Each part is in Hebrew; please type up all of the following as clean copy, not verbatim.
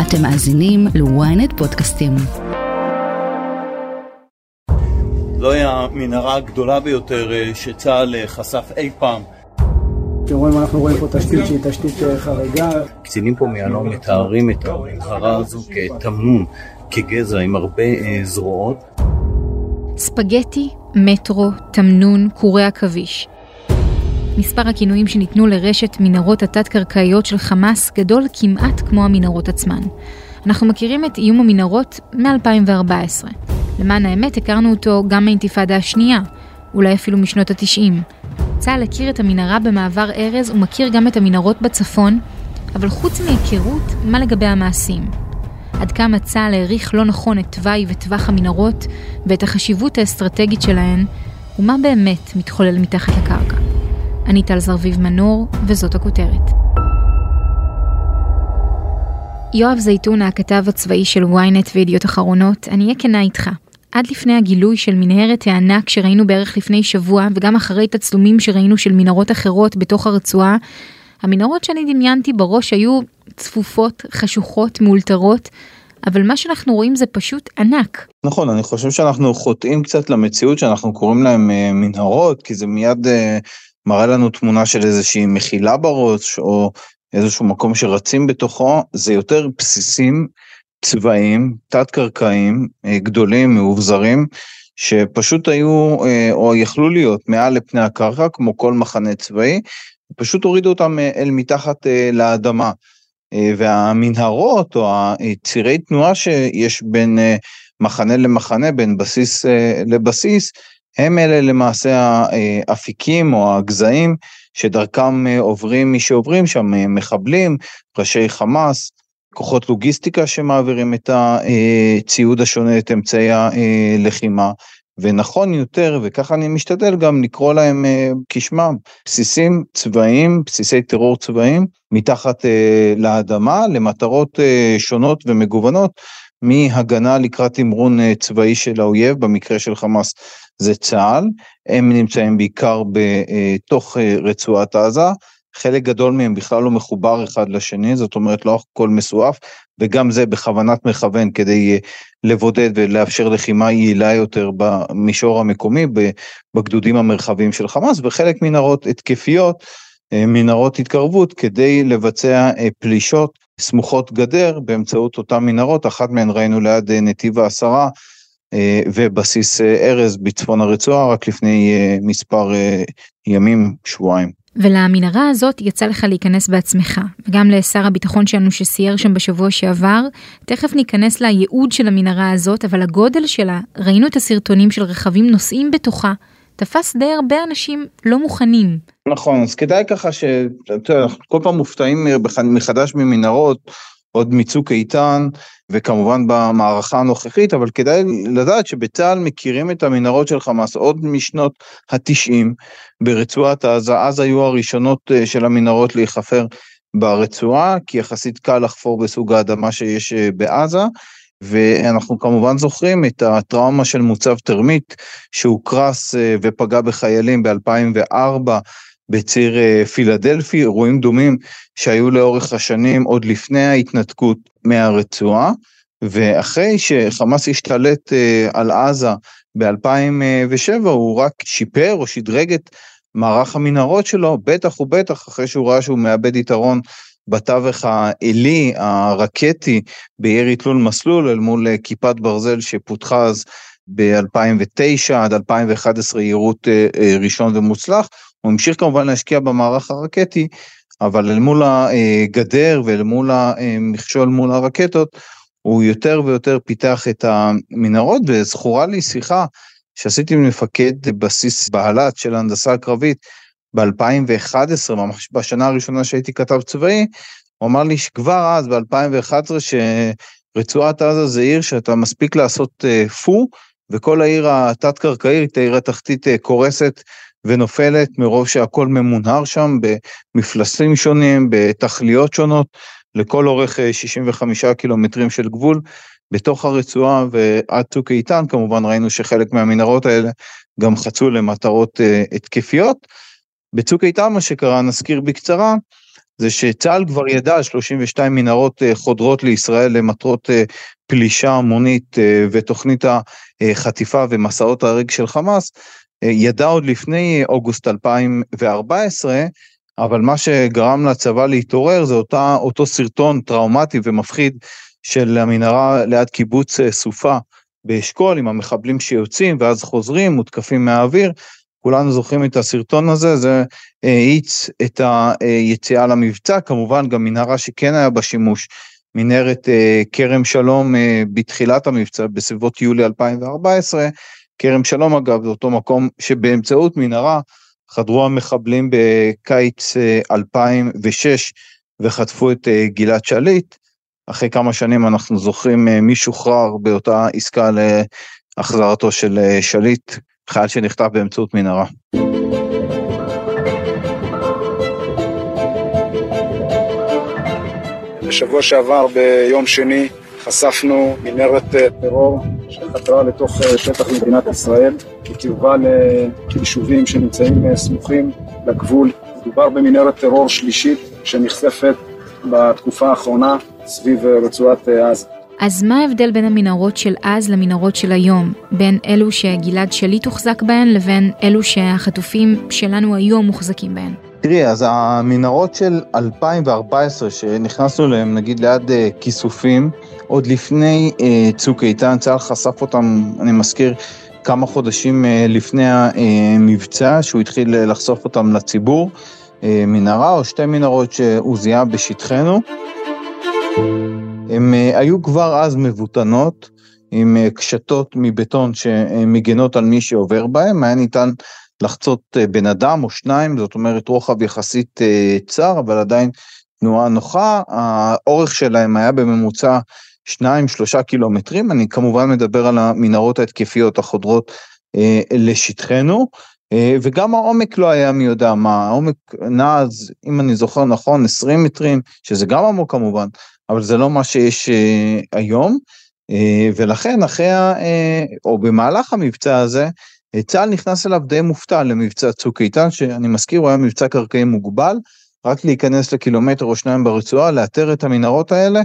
אתם מאזינים ל-ynet פודקאסטים. זוהי המנהרה הגדולה ביותר שצה"ל חשף אי פעם. אנחנו רואים פה תשתית שהיא תשתית חריגה. קצינים פה מיאלון מתארים את המנהרה הזו כתמנון, כגזע עם הרבה זרועות. ספגטי, מטרו, תמנון, קורי עכביש. מספר הכינויים שניתנו לרשת מנהרות התת-קרקעיות של חמאס גדול כמעט כמו המנהרות עצמן. אנחנו מכירים את איום המנהרות מ-2014. למען האמת הכרנו אותו גם מהאינתיפאדה השנייה, אולי אפילו משנות ה-90. צה"ל הכיר את המנהרה במעבר ארז ומכיר גם את המנהרות בצפון, אבל חוץ מהיכרות, מה לגבי המעשים? עד כמה צה"ל העריך לא נכון את תוואי וטווח המנהרות ואת החשיבות האסטרטגית שלהן, ומה באמת מתחולל מתחת לקרקע. אני טל זרביב מנור, וזאת הכותרת. יואב זייתון, הכתב הצבאי של ynet וידיעות אחרונות, אני אהיה כנה איתך. עד לפני הגילוי של מנהרת הענק שראינו בערך לפני שבוע, וגם אחרי תצלומים שראינו של מנהרות אחרות בתוך הרצועה, המנהרות שאני דמיינתי בראש היו צפופות, חשוכות, מאולתרות, אבל מה שאנחנו רואים זה פשוט ענק. נכון, אני חושב שאנחנו חוטאים קצת למציאות שאנחנו קוראים להם מנהרות, כי זה מיד מראה לנו תמונה של איזושהי מחילה בראש, או איזשהו מקום שרצים בתוכו. זה יותר בסיסים צבאיים, תת-קרקעיים, גדולים, מאובזרים, שפשוט היו, או יכלו להיות מעל לפני הקרקע, כמו כל מחנה צבאי, פשוט הורידו אותם אל מתחת לאדמה. והמנהרות, או הצירי תנועה שיש בין מחנה למחנה, בין בסיס לבסיס, הם אלה למעשה האפיקים או הגזעים שדרכם עוברים מי שעוברים שם, מחבלים, ראשי חמאס, כוחות לוגיסטיקה שמעבירים את הציוד השונה, את אמצעי הלחימה, ונכון יותר, וככה אני משתדל גם לקרוא להם כשמם, בסיסים צבאיים, בסיסי טרור צבאיים, מתחת לאדמה, למטרות שונות ומגוונות, מהגנה לקראת תמרון צבאי של האויב, במקרה של חמאס זה צה"ל, הם נמצאים בעיקר בתוך רצועת עזה, חלק גדול מהם בכלל לא מחובר אחד לשני, זאת אומרת לא הכל מסועף, וגם זה בכוונת מכוון כדי לבודד ולאפשר לחימה יעילה יותר במישור המקומי, בגדודים המרחבים של חמאס, וחלק מנהרות התקפיות, מנהרות התקרבות, כדי לבצע פלישות סמוכות גדר, באמצעות אותן מנהרות, אחת מהן ראינו ליד נתיב העשרה, ובסיס ארז בצפון הרצועה, רק לפני מספר ימים, שבועיים. ולמנהרה הזאת יצא לך להיכנס בעצמך, וגם לשר הביטחון שלנו שסייר שם בשבוע שעבר, תכף ניכנס לייעוד של המנהרה הזאת, אבל הגודל שלה, ראינו את הסרטונים של רכבים נוסעים בתוכה, תפס די הרבה אנשים לא מוכנים. נכון, אז כדאי ככה כל פעם מופתעים מחדש ממנהרות, עוד מצוק איתן, וכמובן במערכה הנוכחית, אבל כדאי לדעת שבצה"ל מכירים את המנהרות של חמאס עוד משנות ה-90 ברצועת עזה, אז היו הראשונות של המנהרות להיחפר ברצועה, כי יחסית קל לחפור בסוג האדמה שיש בעזה, ואנחנו כמובן זוכרים את הטראומה של מוצב תרמית, שהוקרס ופגע בחיילים ב-2004, בציר פילדלפי, אירועים דומים שהיו לאורך השנים עוד לפני ההתנתקות מהרצועה, ואחרי שחמאס השתלט על עזה ב-2007, הוא רק שיפר או שדרג את מערך המנהרות שלו, בטח ובטח אחרי שהוא ראה שהוא מאבד יתרון בתווך האלי, הרקטי, בירי תלול מסלול, אל מול כיפת ברזל שפותחה אז ב-2009 עד 2011 יירוט ראשון ומוצלח. הוא המשיך כמובן להשקיע במערך הרקטי, אבל אל מול הגדר ואל מול המכשול מול הרקטות, הוא יותר ויותר פיתח את המנהרות, וזכורה לי שיחה שעשיתי עם מפקד בסיס בהל"צ של ההנדסה הקרבית, ב-2011, ממש בשנה הראשונה שהייתי כתב צבאי, הוא אמר לי שכבר אז ב-2011, שרצועת עזה זה עיר שאתה מספיק לעשות פו, וכל העיר התת-קרקעית, העיר התחתית קורסת ונופלת, מרוב שהכל ממונהר שם, במפלסים שונים, בתכליות שונות, לכל אורך 65 קילומטרים של גבול, בתוך הרצועה ועד צוק איתן, כמובן ראינו שחלק מהמנהרות האלה גם חצו למטרות התקפיות. בצוק איתן מה שקרה, נזכיר בקצרה, זה שצה"ל כבר ידע על 32 מנהרות חודרות לישראל למטרות פלישה המונית ותוכנית החטיפה ומסעות הרג של חמאס, ידע עוד לפני אוגוסט 2014, אבל מה שגרם לצבא להתעורר זה אותו סרטון טראומטי ומפחיד של המנהרה ליד קיבוץ סופה באשכול, עם המחבלים שיוצאים ואז חוזרים, מותקפים מהאוויר. כולנו זוכרים את הסרטון הזה, זה האיץ את היציאה למבצע, כמובן גם מנהרה שכן היה בשימוש, מנהרת כרם שלום בתחילת המבצע, בסביבות יולי 2014, כרם שלום אגב, זה אותו מקום שבאמצעות מנהרה, חדרו המחבלים בקיץ 2006, וחטפו את גלעד שליט. אחרי כמה שנים אנחנו זוכרים מי שוחרר באותה עסקה להחזרתו של שליט, חייל שנחטף באמצעות מנהרה. בשבוע שעבר ביום שני חשפנו מנהרת טרור שחתרה לתוך שטח מדינת ישראל, בקרבה ליישובים שנמצאים סמוכים לגבול. מדובר במנהרת טרור שלישית שנחשפת בתקופה האחרונה סביב רצועת עזה. אז מה ההבדל בין המנהרות של אז למנהרות של היום? בין אלו שגלעד שליט הוחזק בהן לבין אלו שהחטופים שלנו היום מוחזקים בהן? תראי, אז המנהרות של 2014 שנכנסנו להם, נגיד ליד כיסופים, עוד לפני צוק איתן, צה"ל חשף אותם, אני מזכיר, כמה חודשים לפני המבצע, שהוא התחיל לחשוף אותם לציבור, מנהרה או שתי מנהרות שהוא זיהה בשטחנו. הם היו כבר אז מבוטנות, עם קשתות מבטון שמגנות על מי שעובר בהם, היה ניתן לחצות בן אדם או שניים, זאת אומרת רוחב יחסית צר, אבל עדיין תנועה נוחה, האורך שלהם היה בממוצע 2-3 קילומטרים, אני כמובן מדבר על המנהרות ההתקפיות החודרות לשטחנו, וגם העומק לא היה מי יודע מה, העומק נעז, אם אני זוכר נכון, 20 מטרים, שזה גם עמוק כמובן, אבל זה לא מה שיש היום, ולכן אחרי, או במהלך המבצע הזה, צה"ל נכנס אליו די מופתע למבצע צוק איתן, שאני מזכיר, הוא היה מבצע קרקעי מוגבל, רק להיכנס לקילומטר או שניים ברצועה, לאתר את המנהרות האלה,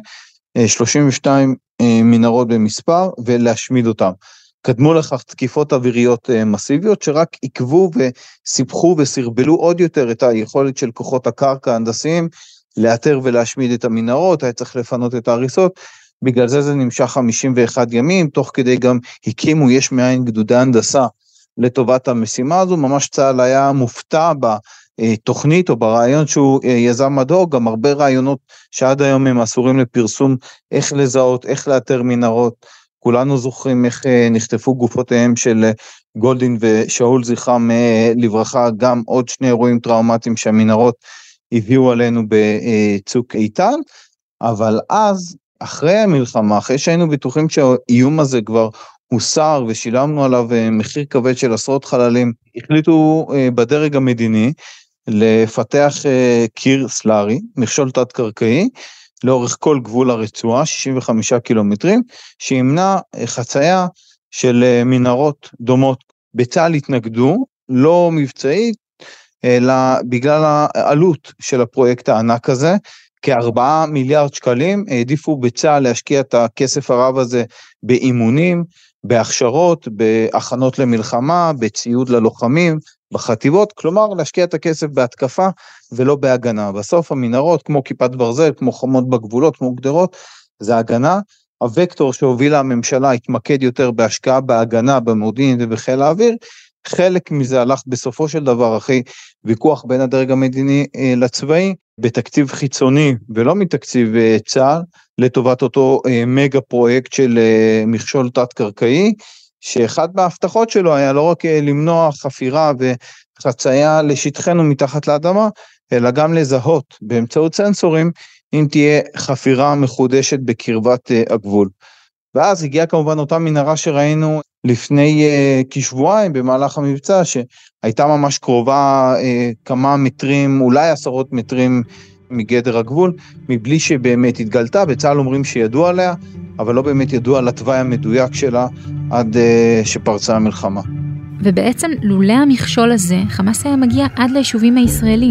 32 מנהרות במספר, ולהשמיד אותם. קדמו לכך תקיפות אוויריות מסיביות, שרק עקבו וסיפחו וסרבלו עוד יותר את היכולת של כוחות הקרקע ההנדסיים, לאתר ולהשמיד את המנהרות, היה צריך לפנות את ההריסות, בגלל זה נמשך 51 ימים, תוך כדי גם הקימו יש מאין גדודי הנדסה לטובת המשימה הזו, ממש צה"ל היה מופתע בתוכנית או ברעיון שהוא יזם מדור, גם הרבה רעיונות שעד היום הם אסורים לפרסום, איך לזהות, איך לאתר מנהרות, כולנו זוכרים איך נחטפו גופותיהם של גולדין ושאול זכרם לברכה, גם עוד שני אירועים טראומטיים שהמנהרות הביאו עלינו בצוק איתן, אבל אז, אחרי המלחמה, אחרי שהיינו בטוחים שהאיום הזה כבר הוסר ושילמנו עליו מחיר כבד של עשרות חללים, החליטו בדרג המדיני לפתח קיר סלארי, מכשול תת קרקעי, לאורך כל גבול הרצועה, 65 קילומטרים, שימנע חצייה של מנהרות דומות. בצה"ל התנגדו, לא מבצעית, אלא בגלל העלות של הפרויקט הענק הזה, כ4 מיליארד שקלים, העדיפו בצה"ל להשקיע את הכסף הרב הזה באימונים, בהכשרות, בהכנות למלחמה, בציוד ללוחמים, בחטיבות, כלומר להשקיע את הכסף בהתקפה ולא בהגנה. בסוף המנהרות כמו כיפת ברזל, כמו חומות בגבולות, כמו גדרות, זה הגנה. הוקטור שהובילה הממשלה התמקד יותר בהשקעה בהגנה, במודיעין ובחיל האוויר, חלק מזה הלך בסופו של דבר אחרי ויכוח בין הדרג המדיני לצבאי, בתקציב חיצוני ולא מתקציב צה"ל, לטובת אותו מגה פרויקט של מכשול תת קרקעי, שאחד מההבטחות שלו היה לא רק למנוע חפירה וחצייה לשטחנו מתחת לאדמה, אלא גם לזהות באמצעות סנסורים, אם תהיה חפירה מחודשת בקרבת הגבול. ואז הגיעה כמובן אותה מנהרה שראינו לפני כשבועיים במהלך המבצע, שהייתה ממש קרובה כמה מטרים, אולי 10 מטרים מגדר הגבול, מבלי שבאמת התגלתה. בצה"ל אומרים שידוע עליה, אבל לא באמת ידוע על התוואי המדויק שלה עד שפרצה המלחמה. ובעצם לולא המכשול הזה, חמאס היה מגיע עד ליישובים הישראלים.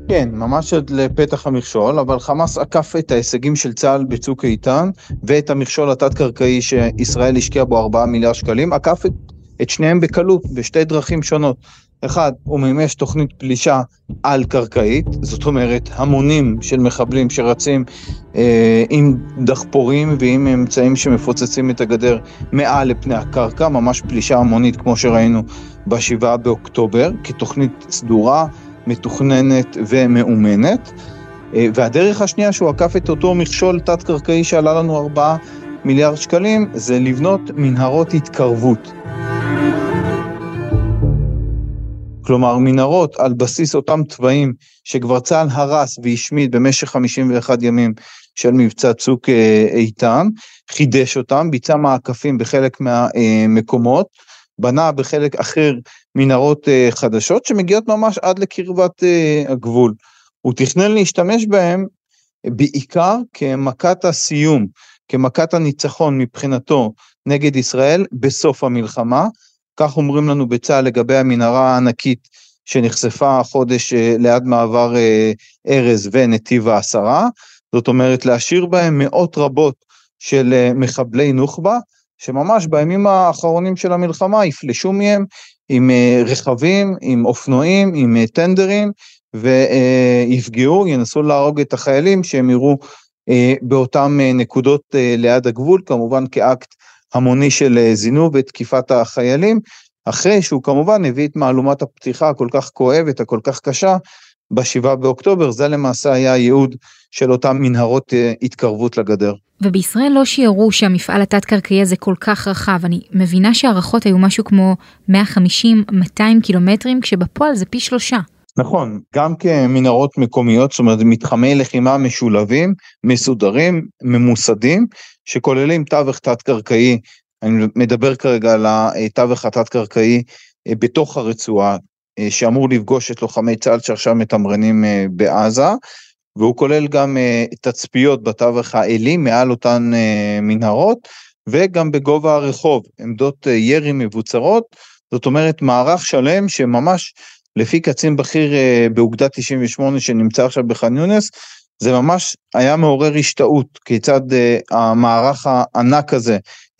כן, ממש עד לפתח המכשול, אבל חמאס עקף את ההישגים של צה"ל בצוק איתן, ואת המכשול התת-קרקעי שישראל השקיע בו 4 מיליארד שקלים, עקף את שניהם בקלות, בשתי דרכים שונות. אחד, הוא מימש תוכנית פלישה על-קרקעית, זאת אומרת, המונים של מחבלים שרצים עם דחפורים ועם אמצעים שמפוצצים את הגדר מעל לפני הקרקע, ממש פלישה המונית כמו שראינו ב7 באוקטובר, כתוכנית סדורה, מתוכננת ומאומנת. והדרך השנייה שהוא עקף את אותו מכשול תת-קרקעי שעלה לנו 4 מיליארד שקלים, זה לבנות מנהרות התקרבות. כלומר, מנהרות על בסיס אותם טבעים שכבר צה"ל הרס והשמיד במשך 51 ימים של מבצע צוק איתן, חידש אותם, ביצע מעקפים בחלק מהמקומות, בנה בחלק אחר מנהרות חדשות שמגיעות ממש עד לקרבת הגבול. הוא תכנן להשתמש בהם בעיקר כמכת הסיום, כמכת הניצחון מבחינתו נגד ישראל בסוף המלחמה. כך אומרים לנו בצה"ל לגבי המנהרה הענקית שנחשפה החודש ליד מעבר ארז ונתיב העשרה, זאת אומרת להשאיר בהם מאות רבות של מחבלי נוח'בה, שממש בימים האחרונים של המלחמה יפלשו מהם עם רכבים, עם אופנועים, עם טנדרים, ויפגעו, ינסו להרוג את החיילים שהם יראו באותם נקודות ליד הגבול, כמובן כאקט המוני של זינוב ותקיפת החיילים, אחרי שהוא כמובן הביא את מעלומת הפתיחה הכל כך כואבת, הכל כך קשה, ב7 באוקטובר, זה למעשה היה הייעוד של אותם מנהרות התקרבות לגדר. ובישראל לא שיערו שהמפעל התת-קרקעי הזה כל כך רחב, אני מבינה שהערכות היו משהו כמו 150-200 קילומטרים, כשבפועל זה פי 3. נכון, גם כמנהרות מקומיות, זאת אומרת מתחמי לחימה משולבים, מסודרים, ממוסדים, שכוללים תווך תת-קרקעי, אני מדבר כרגע על התווך התת-קרקעי בתוך הרצועה, שאמור לפגוש את לוחמי צה"ל שעכשיו מתמרנים בעזה, והוא כולל גם תצפיות בתווך האלי מעל אותן מנהרות, וגם בגובה הרחוב, עמדות ירי מבוצרות, זאת אומרת מערך שלם שממש לפי קצין בכיר באוגדה 98 שנמצא עכשיו בח'אן יונס, זה ממש היה מעורר השתאות, כיצד המערך הענק הזה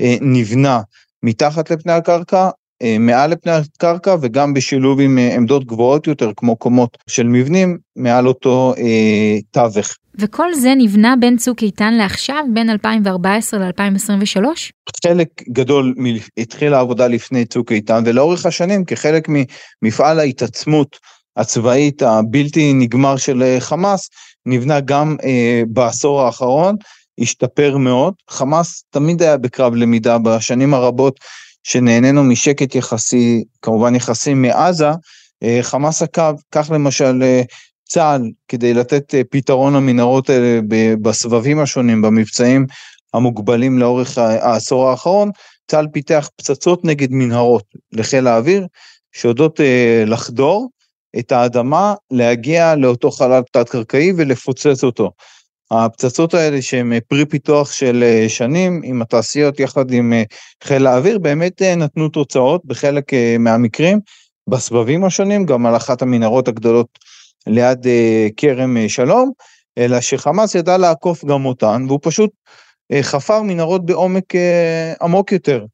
נבנה מתחת לפני הקרקע, מעל לפני הקרקע, וגם בשילוב עם עמדות גבוהות יותר, כמו קומות של מבנים, מעל אותו תווך. וכל זה נבנה בין צוק איתן לעכשיו, בין 2014 ל-2023? חלק גדול התחיל העבודה לפני צוק איתן, ולאורך השנים, כחלק ממפעל ההתעצמות הצבאית הבלתי נגמר של חמאס, נבנה גם בעשור האחרון, השתפר מאוד. חמאס תמיד היה בקרב למידה בשנים הרבות, שנהנינו משקט יחסי, כמובן יחסי מעזה, חמאס עקב, כך למשל צה"ל, כדי לתת פתרון למנהרות האלה בסבבים השונים, במבצעים המוגבלים לאורך העשור האחרון, צה"ל פיתח פצצות נגד מנהרות לחיל האוויר, שיודעות לחדור את האדמה, להגיע לאותו חלל תת-קרקעי ולפוצץ אותו. הפצצות האלה שהן פרי פיתוח של שנים, עם התעשיות יחד עם חיל האוויר, באמת נתנו תוצאות בחלק מהמקרים, בסבבים השונים, גם על אחת המנהרות הגדולות ליד כרם שלום, אלא שחמאס ידע לעקוף גם אותן, והוא פשוט חפר מנהרות בעומק עמוק יותר.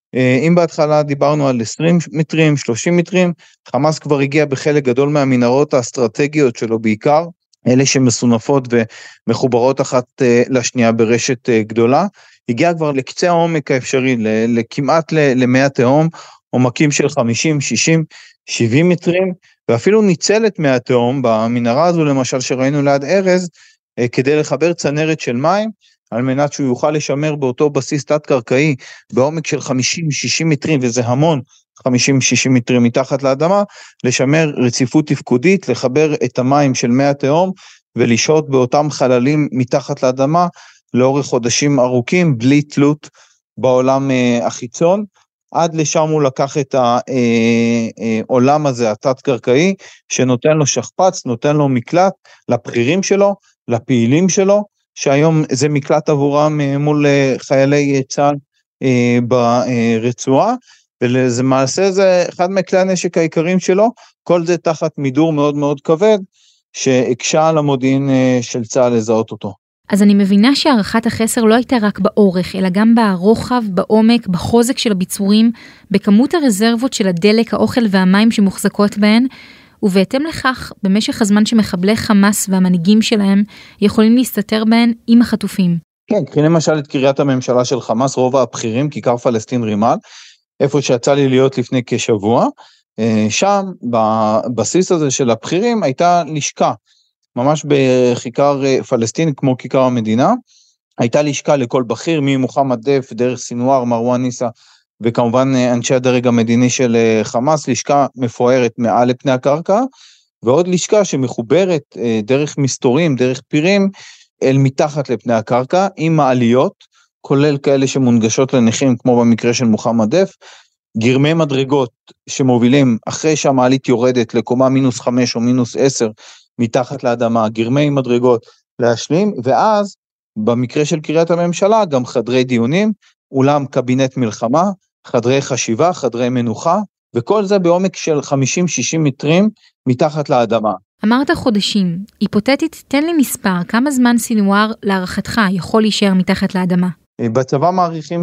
אם בהתחלה דיברנו על 20 מטרים, 30 מטרים, חמאס כבר הגיע בחלק גדול מהמנהרות האסטרטגיות שלו בעיקר, אלה שמסונפות ומחוברות אחת לשנייה ברשת גדולה, הגיע כבר לקצה העומק האפשרי, לכמעט ל100 תהום, עומקים של 50, 60, 70 מטרים, ואפילו ניצלת מהתהום במנהרה הזו, למשל שראינו ליד ארז, כדי לחבר צנרת של מים, על מנת שהוא יוכל לשמר באותו בסיס תת-קרקעי, בעומק של 50-60 מטרים, וזה המון, 50-60 מטרים מתחת לאדמה, לשמר רציפות תפקודית, לחבר את המים של מי התהום, ולשהות באותם חללים מתחת לאדמה, לאורך חודשים ארוכים, בלי תלות בעולם החיצון, עד לשם הוא לקח את העולם הזה, התת-קרקעי, שנותן לו שכפץ, נותן לו מקלט, לבחירים שלו, לפעילים שלו, שהיום זה מקלט עבורם מול חיילי צה"ל ברצועה, ולמעשה זה אחד מכלי הנשק העיקריים שלו, כל זה תחת מידור מאוד מאוד כבד, שהקשה על המודיעין של צה"ל לזהות אותו. אז אני מבינה שהערכת החסר לא הייתה רק באורך, אלא גם ברוחב, בעומק, בחוזק של הביצורים, בכמות הרזרבות של הדלק, האוכל והמים שמוחזקות בהן, ובהתאם לכך, במשך הזמן שמחבלי חמאס והמנהיגים שלהם יכולים להסתתר בהן עם החטופים. כן, קחי למשל את קריית הממשלה של חמאס, רוב הבכירים, כיכר פלסטין רימל, איפה שיצא לי להיות לפני כשבוע, שם, בבסיס הזה של הבכירים, הייתה לשכה, ממש בכיכר פלסטין, כמו כיכר המדינה, הייתה לשכה לכל בכיר, ממוחמד דף, דרך סינואר, מרואן ניסה, וכמובן אנשי הדרג המדיני של חמאס, לשכה מפוארת מעל לפני הקרקע, ועוד לשכה שמחוברת דרך מסתורים, דרך פירים, אל מתחת לפני הקרקע, עם מעליות, כולל כאלה שמונגשות לנכים, כמו במקרה של מוחמד דף, גרמי מדרגות שמובילים, אחרי שהמעלית יורדת לקומה -5 או -10, מתחת לאדמה, גרמי מדרגות להשלים, ואז במקרה של קריית הממשלה, גם חדרי דיונים, אולם קבינט מלחמה, חדרי חשיבה, חדרי מנוחה, וכל זה בעומק של 50-60 מטרים מתחת לאדמה. אמרת חודשים, היפותטית תן לי מספר, כמה זמן סינואר להערכתך יכול להישאר מתחת לאדמה? בצבא מעריכים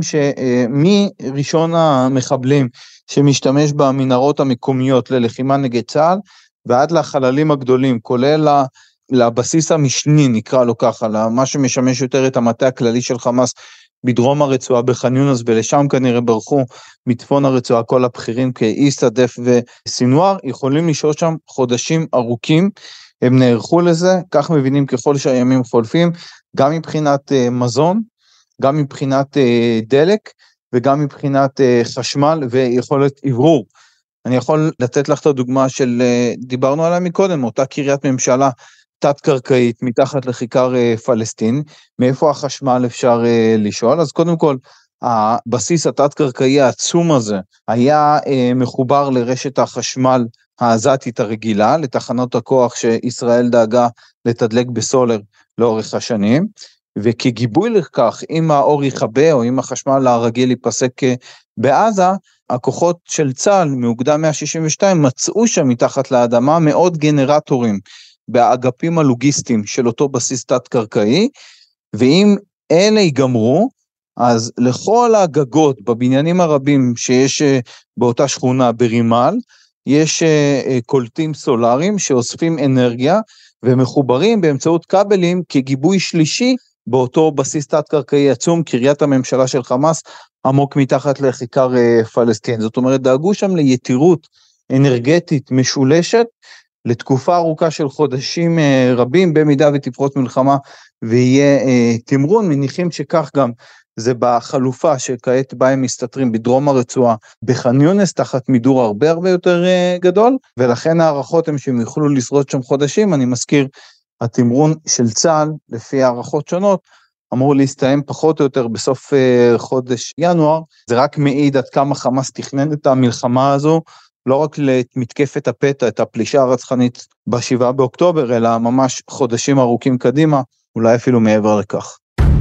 שמראשון המחבלים שמשתמש במנהרות המקומיות ללחימה נגד צה"ל, ועד לחללים הגדולים, כולל לבסיס המשני, נקרא לו ככה, למה שמשמש יותר את המטה הכללי של חמאס, בדרום הרצועה בח'אן יונס, ולשם כנראה ברחו מצפון הרצועה כל הבכירים כאיסה, דף וסינואר, יכולים לשהות שם חודשים ארוכים, הם נערכו לזה, כך מבינים ככל שהימים חולפים, גם מבחינת מזון, גם מבחינת דלק, וגם מבחינת חשמל ויכולת עברור. אני יכול לתת לך את הדוגמה של, דיברנו עליה מקודם, אותה קריית ממשלה תת-קרקעית מתחת לכיכר פלסטין, מאיפה החשמל אפשר לשאול? אז קודם כל, הבסיס התת-קרקעי העצום הזה, היה מחובר לרשת החשמל העזתית הרגילה, לתחנות הכוח שישראל דאגה לתדלק בסולר לאורך השנים, וכגיבוי לכך, אם האור יכבה או אם החשמל הרגיל ייפסק בעזה, הכוחות של צה"ל מאוגדה 162 מצאו שם מתחת לאדמה מאות גנרטורים באגפים הלוגיסטיים של אותו בסיס תת-קרקעי, ואם אלה ייגמרו, אז לכל הגגות בבניינים הרבים שיש באותה שכונה ברימל, יש קולטים סולאריים שאוספים אנרגיה, ומחוברים באמצעות כבלים כגיבוי שלישי, באותו בסיס תת-קרקעי עצום, קריית הממשלה של חמאס, עמוק מתחת לכיכר פלסטין. זאת אומרת, דאגו שם ליתירות אנרגטית משולשת, לתקופה ארוכה של חודשים רבים, במידה ותפרוץ מלחמה, ויהיה תמרון, מניחים שכך גם זה בחלופה שכעת בה הם מסתתרים בדרום הרצועה, בח'אן יונס, תחת מידור הרבה יותר גדול, ולכן הערכות הם שהם יוכלו לשרוד שם חודשים. אני מזכיר, התמרון של צה"ל, לפי הערכות שונות, אמור להסתיים פחות או יותר בסוף חודש ינואר. זה רק מעיד עד כמה חמאס תכנן את המלחמה הזו, לא רק למתקפת הפתע, את הפלישה הרצחנית ב7 באוקטובר, אלא ממש חודשים ארוכים קדימה, אולי אפילו מעבר לכך.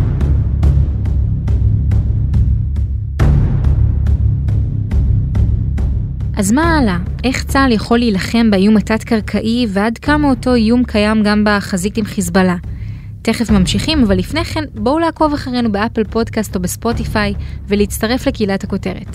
אז מה הלאה? איך צה"ל יכול להילחם באיום התת-קרקעי, ועד כמה אותו איום קיים גם בחזית עם חיזבאללה? תכף ממשיכים, אבל לפני כן בואו לעקוב אחרינו באפל פודקאסט או בספוטיפיי, ולהצטרף לקהילת הכותרת.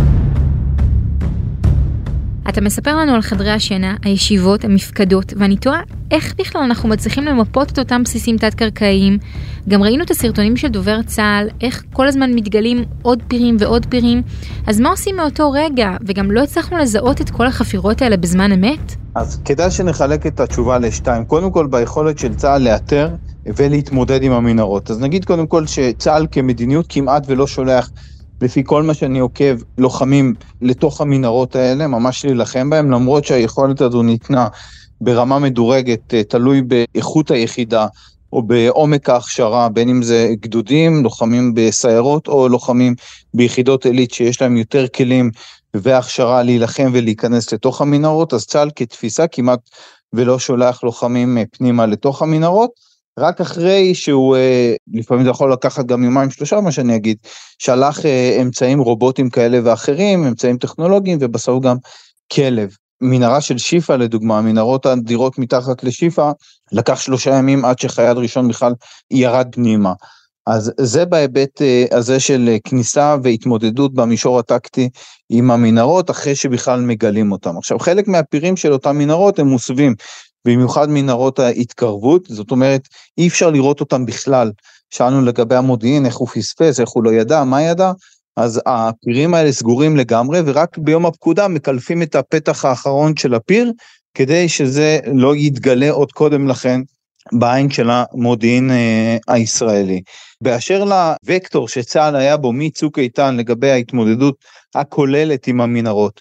אתה מספר לנו על חדרי השינה, הישיבות, המפקדות, ואני תוהה איך בכלל אנחנו מצליחים למפות את אותם בסיסים תת-קרקעיים. גם ראינו את הסרטונים של דובר צה"ל, איך כל הזמן מתגלים עוד פירים ועוד פירים. אז מה עושים מאותו רגע? וגם לא הצלחנו לזהות את כל החפירות האלה בזמן אמת? אז כדאי שנחלק את התשובה לשתיים. קודם כל, ביכולת של צה"ל לאתר ולהתמודד עם המנהרות. אז נגיד קודם כל שצה"ל כמדיניות כמעט ולא שולח, לפי כל מה שאני עוקב, לוחמים לתוך המנהרות האלה, ממש להילחם בהם, למרות שהיכולת הזו ניתנה ברמה מדורגת, תלוי באיכות היחידה, או בעומק ההכשרה, בין אם זה גדודים, לוחמים בסיירות, או לוחמים ביחידות עילית, שיש להם יותר כלים והכשרה להילחם ולהיכנס לתוך המנהרות. אז צה"ל כתפיסה כמעט ולא שולח לוחמים פנימה לתוך המנהרות, רק אחרי שהוא, לפעמים זה יכול לקחת גם יומיים שלושה, מה שאני אגיד, שלח אמצעים רובוטיים כאלה ואחרים, אמצעים טכנולוגיים, ובסוף גם כלב. במנהרה של שיפה לדוגמה, המנהרות הדירות מתחת לשיפה, לקח 3 ימים עד שחייל ראשון בכלל ירד פנימה. אז זה בהיבט הזה של כניסה והתמודדות במישור הטקטי עם המנהרות, אחרי שבכלל מגלים אותם. עכשיו, חלק מהפירים של אותם מנהרות הם מוסבים, במיוחד מנהרות ההתקרבות, זאת אומרת, אי אפשר לראות אותם בכלל. שאלנו לגבי המודיעין, איך הוא פספס, איך הוא לא ידע, מה ידע, אז הפירים האלה סגורים לגמרי, ורק ביום הפקודה מקלפים את הפתח האחרון של הפיר, כדי שזה לא יתגלה עוד קודם לכן, בעין של המודיעין הישראלי. באשר לווקטור שצה"ל היה בו מצוק איתן לגבי ההתמודדות הכוללת עם המנהרות,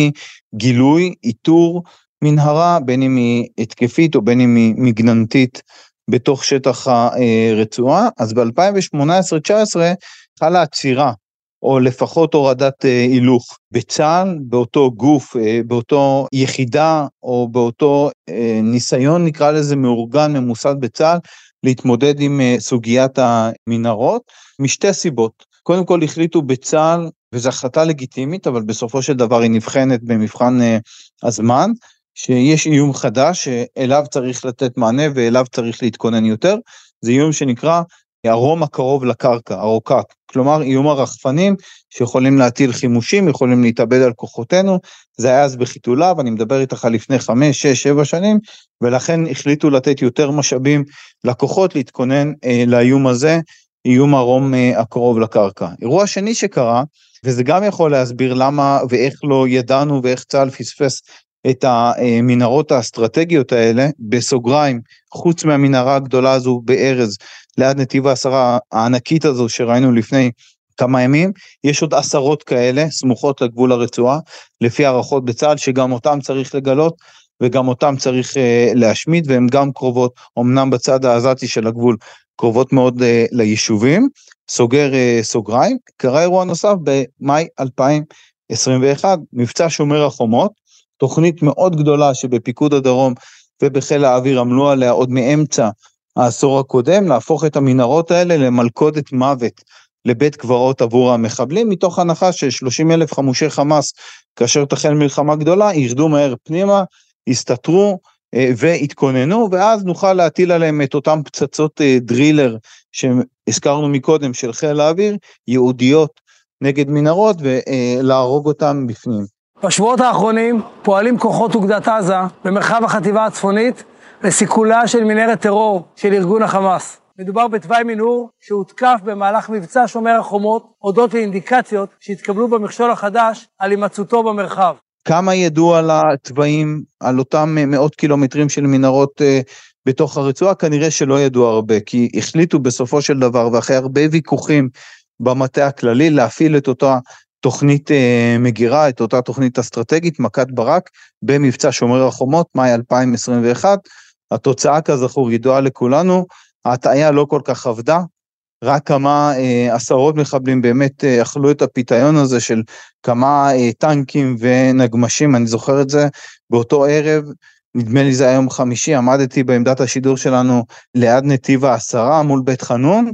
מגילוי, איתור מנהרה, בין אם היא התקפית או בין אם היא מגננתית בתוך שטח הרצועה, אז ב-2018-19 חלה עצירה, או לפחות הורדת הילוך בצה"ל, באותו גוף, באותו יחידה, או באותו ניסיון, נקרא לזה מאורגן, ממוסד בצה"ל, להתמודד עם סוגיית המנהרות, משתי סיבות. קודם כל החליטו בצה"ל, וזו החלטה לגיטימית, אבל בסופו של דבר היא נבחנת במבחן הזמן, שיש איום חדש, שאליו צריך לתת מענה, ואליו צריך להתכונן יותר, זה איום שנקרא, הרום הקרוב לקרקע, הרוקק, כלומר איום הרחפנים שיכולים להטיל חימושים, יכולים להתאבד על כוחותינו, זה היה אז בחיתוליו, אני מדבר איתך לפני 5, 6, 7 שנים, ולכן החליטו לתת יותר משאבים לכוחות להתכונן לאיום הזה, איום הרום הקרוב לקרקע. אירוע שני שקרה, וזה גם יכול להסביר למה ואיך לא ידענו ואיך צה"ל פספס את המנהרות האסטרטגיות האלה, בסוגריים, חוץ מהמנהרה הגדולה הזו בארז, ליד נתיב העשרה הענקית הזו שראינו לפני כמה ימים, יש עוד 10 כאלה, סמוכות לגבול הרצועה, לפי הערכות בצה"ל, שגם אותם צריך לגלות, וגם אותם צריך להשמיד, והן גם קרובות, אמנם בצד העזתי של הגבול, קרובות מאוד ליישובים, סוגר סוגריים. קרה אירוע נוסף במאי 2021, מבצע שומר החומות, תוכנית מאוד גדולה שבפיקוד הדרום ובחיל האוויר עמלו עליה עוד מאמצע העשור הקודם, להפוך את המנהרות האלה למלכודת מוות לבית קברות עבור המחבלים, מתוך הנחה ש30,000 חמושי חמאס, כאשר תחל מלחמה גדולה, ירדו מהר פנימה, יסתתרו והתכוננו, ואז נוכל להטיל עליהם את אותם פצצות דרילר שהזכרנו מקודם של חיל האוויר, יהודיות נגד מנהרות, ולהרוג אותם בפנים. בשבועות האחרונים פועלים כוחות אוגדת עזה במרחב החטיבה הצפונית לסיכולה של מנהרת טרור של ארגון החמאס. מדובר בתוואי מנהור שהותקף במהלך מבצע שומר החומות, הודות לאינדיקציות שהתקבלו במכשול החדש על הימצאותו במרחב. כמה ידוע על התוואים, על אותם מאות קילומטרים של מנהרות בתוך הרצועה? כנראה שלא ידעו הרבה, כי החליטו בסופו של דבר, ואחרי הרבה ויכוחים במטה הכללי, להפעיל את אותה תוכנית מגירה, את אותה תוכנית אסטרטגית, מכת ברק, במבצע שומר החומות, מאי 2021, התוצאה כזכור ידועה לכולנו, ההטעיה לא כל כך עבדה, רק כמה עשרות מחבלים באמת אכלו את הפיתיון הזה של כמה טנקים ונגמשים, אני זוכר את זה באותו ערב, נדמה לי זה היום חמישי, עמדתי בעמדת השידור שלנו ליד נתיב העשרה מול בית חנון,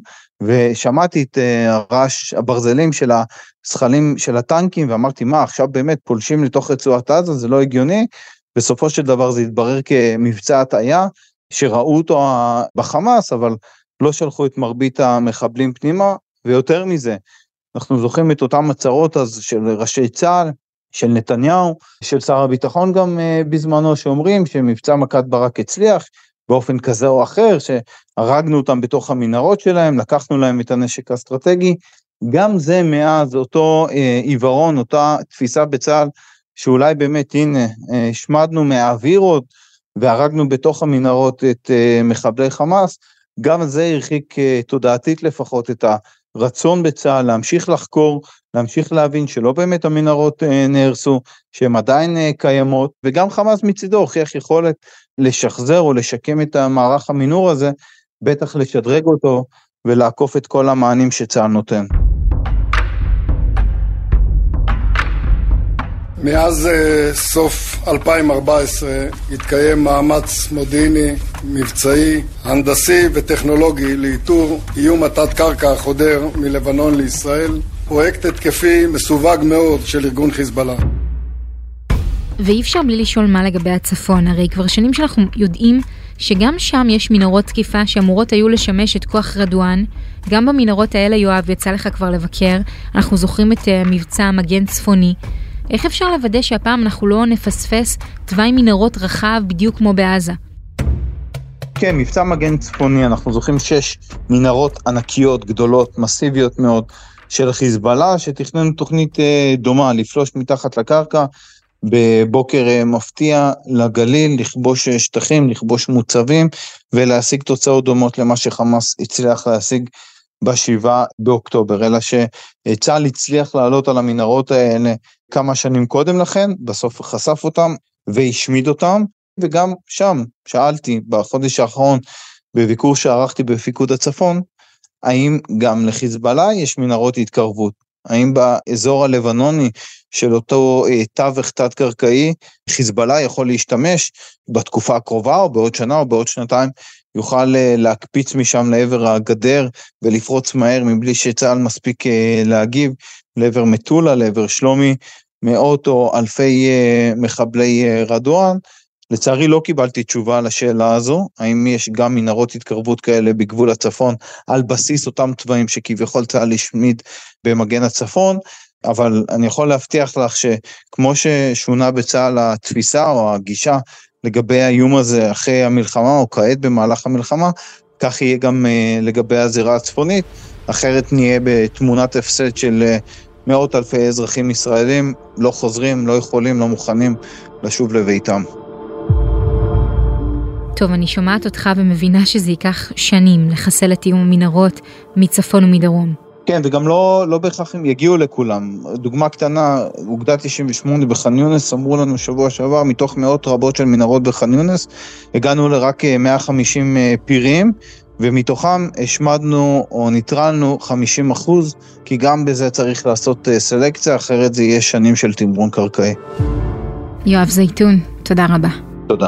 ושמעתי את הרעש הברזלים של השכלים של הטנקים, ואמרתי מה עכשיו באמת פולשים לתוך רצועת עזה, זה לא הגיוני, בסופו של דבר זה התברר כמבצע הטעיה, שראו אותו בחמאס, אבל לא שלחו את מרבית המחבלים פנימה, ויותר מזה, אנחנו זוכרים את אותם הצהרות אז של ראשי צה"ל, של נתניהו, של שר הביטחון גם בזמנו, שאומרים שמבצע מכת ברק הצליח, באופן כזה או אחר, שהרגנו אותם בתוך המנהרות שלהם, לקחנו להם את הנשק האסטרטגי, גם זה מאז אותו עיוורון, אותה תפיסה בצה"ל, שאולי באמת הנה, השמדנו מהאוויר עוד, והרגנו בתוך המנהרות את מחבלי חמאס, גם זה הרחיק תודעתית לפחות את הרצון בצה"ל, להמשיך לחקור, להמשיך להבין שלא באמת המנהרות נהרסו, שהן עדיין קיימות, וגם חמאס מצידו הוכיח יכולת לשחזר או לשקם את המערך המנהור הזה, בטח לשדרג אותו ולעקוף את כל המענים שצה"ל נותן. מאז סוף 2014 התקיים מאמץ מודיעיני, מבצעי, הנדסי וטכנולוגי לאיתור איום התת קרקע החודר מלבנון לישראל, פרויקט התקפי מסווג מאוד של ארגון חיזבאללה. ואי אפשר בלי לשאול מה לגבי הצפון, הרי כבר שנים שאנחנו יודעים שגם שם יש מנהרות תקיפה שאמורות היו לשמש את כוח רדואן, גם במנהרות האלה יואב יצא לך כבר לבקר, אנחנו זוכרים את מבצע מגן צפוני, איך אפשר לוודא שהפעם אנחנו לא נפספס תוואי מנהרות רחב בדיוק כמו בעזה? כן, מבצע מגן צפוני, אנחנו זוכרים 6 מנהרות ענקיות, גדולות, מסיביות מאוד, של חיזבאללה, שתכננו תוכנית דומה, לפלוש מתחת לקרקע, בבוקר מפתיע לגליל, לכבוש שטחים, לכבוש מוצבים, ולהשיג תוצאות דומות למה שחמאס הצליח להשיג ב7 באוקטובר, אלא שצה"ל הצליח לעלות על המנהרות האלה כמה שנים קודם לכן, בסוף חשף אותם והשמיד אותם, וגם שם שאלתי בחודש האחרון, בביקור שערכתי בפיקוד הצפון, האם גם לחיזבאללה יש מנהרות התקרבות? האם באזור הלבנוני של אותו תווך תת-קרקעי, חיזבאללה יכול להשתמש בתקופה הקרובה או בעוד שנה או בעוד שנתיים, יוכל להקפיץ משם לעבר הגדר ולפרוץ מהר מבלי שצה"ל מספיק להגיב לעבר מטולה, לעבר שלומי, מאות או אלפי מחבלי רדואן. לצערי לא קיבלתי תשובה לשאלה הזו, האם יש גם מנהרות התקרבות כאלה בגבול הצפון, על בסיס אותם צבעים שכביכול צה"ל השמיד במגן הצפון, אבל אני יכול להבטיח לך שכמו ששונה בצה"ל התפיסה או הגישה לגבי האיום הזה אחרי המלחמה או כעת במהלך המלחמה, כך יהיה גם לגבי הזירה הצפונית, אחרת נהיה בתמונת הפסד של מאות אלפי אזרחים ישראלים, לא חוזרים, לא יכולים, לא מוכנים לשוב לביתם. טוב, אני שומעת אותך ומבינה שזה ייקח שנים לחסל את איום המנהרות מצפון ומדרום. כן, וגם לא בהכרח הם יגיעו לכולם. דוגמה קטנה, אוגדה 98 בח'אן יונס, אמרו לנו שבוע שעבר, מתוך מאות רבות של מנהרות בח'אן יונס, הגענו לרק 150 פירים, ומתוכם השמדנו או ניטרלנו 50%, כי גם בזה צריך לעשות סלקציה, אחרת זה יהיה שנים של תמרון קרקעי. יואב זייתון, תודה רבה. תודה.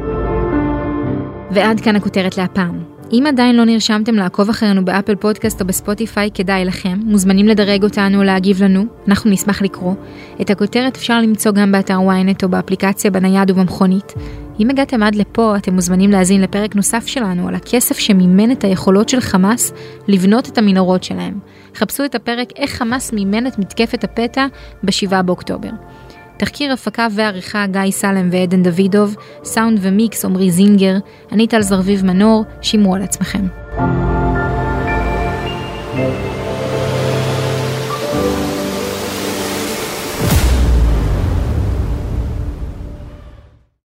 ועד כאן הכותרת להפעם. אם עדיין לא נרשמתם לעקוב אחרינו באפל פודקאסט או בספוטיפיי, כדאי לכם. מוזמנים לדרג אותנו או להגיב לנו. אנחנו נשמח לקרוא. את הכותרת אפשר למצוא גם באתר ynet או באפליקציה בנייד ובמכונית. אם הגעתם עד לפה, אתם מוזמנים להזין לפרק נוסף שלנו על הכסף שמימן את היכולות של חמאס לבנות את המנהרות שלהם. חפשו את הפרק איך חמאס מימן את מתקפת הפתע ב7 באוקטובר. תחקיר הפקה ועריכה גיא סלם ועדן דוידוב, סאונד ומיקס עומרי זינגר, אני טל זרביב מנור, שמרו על עצמכם.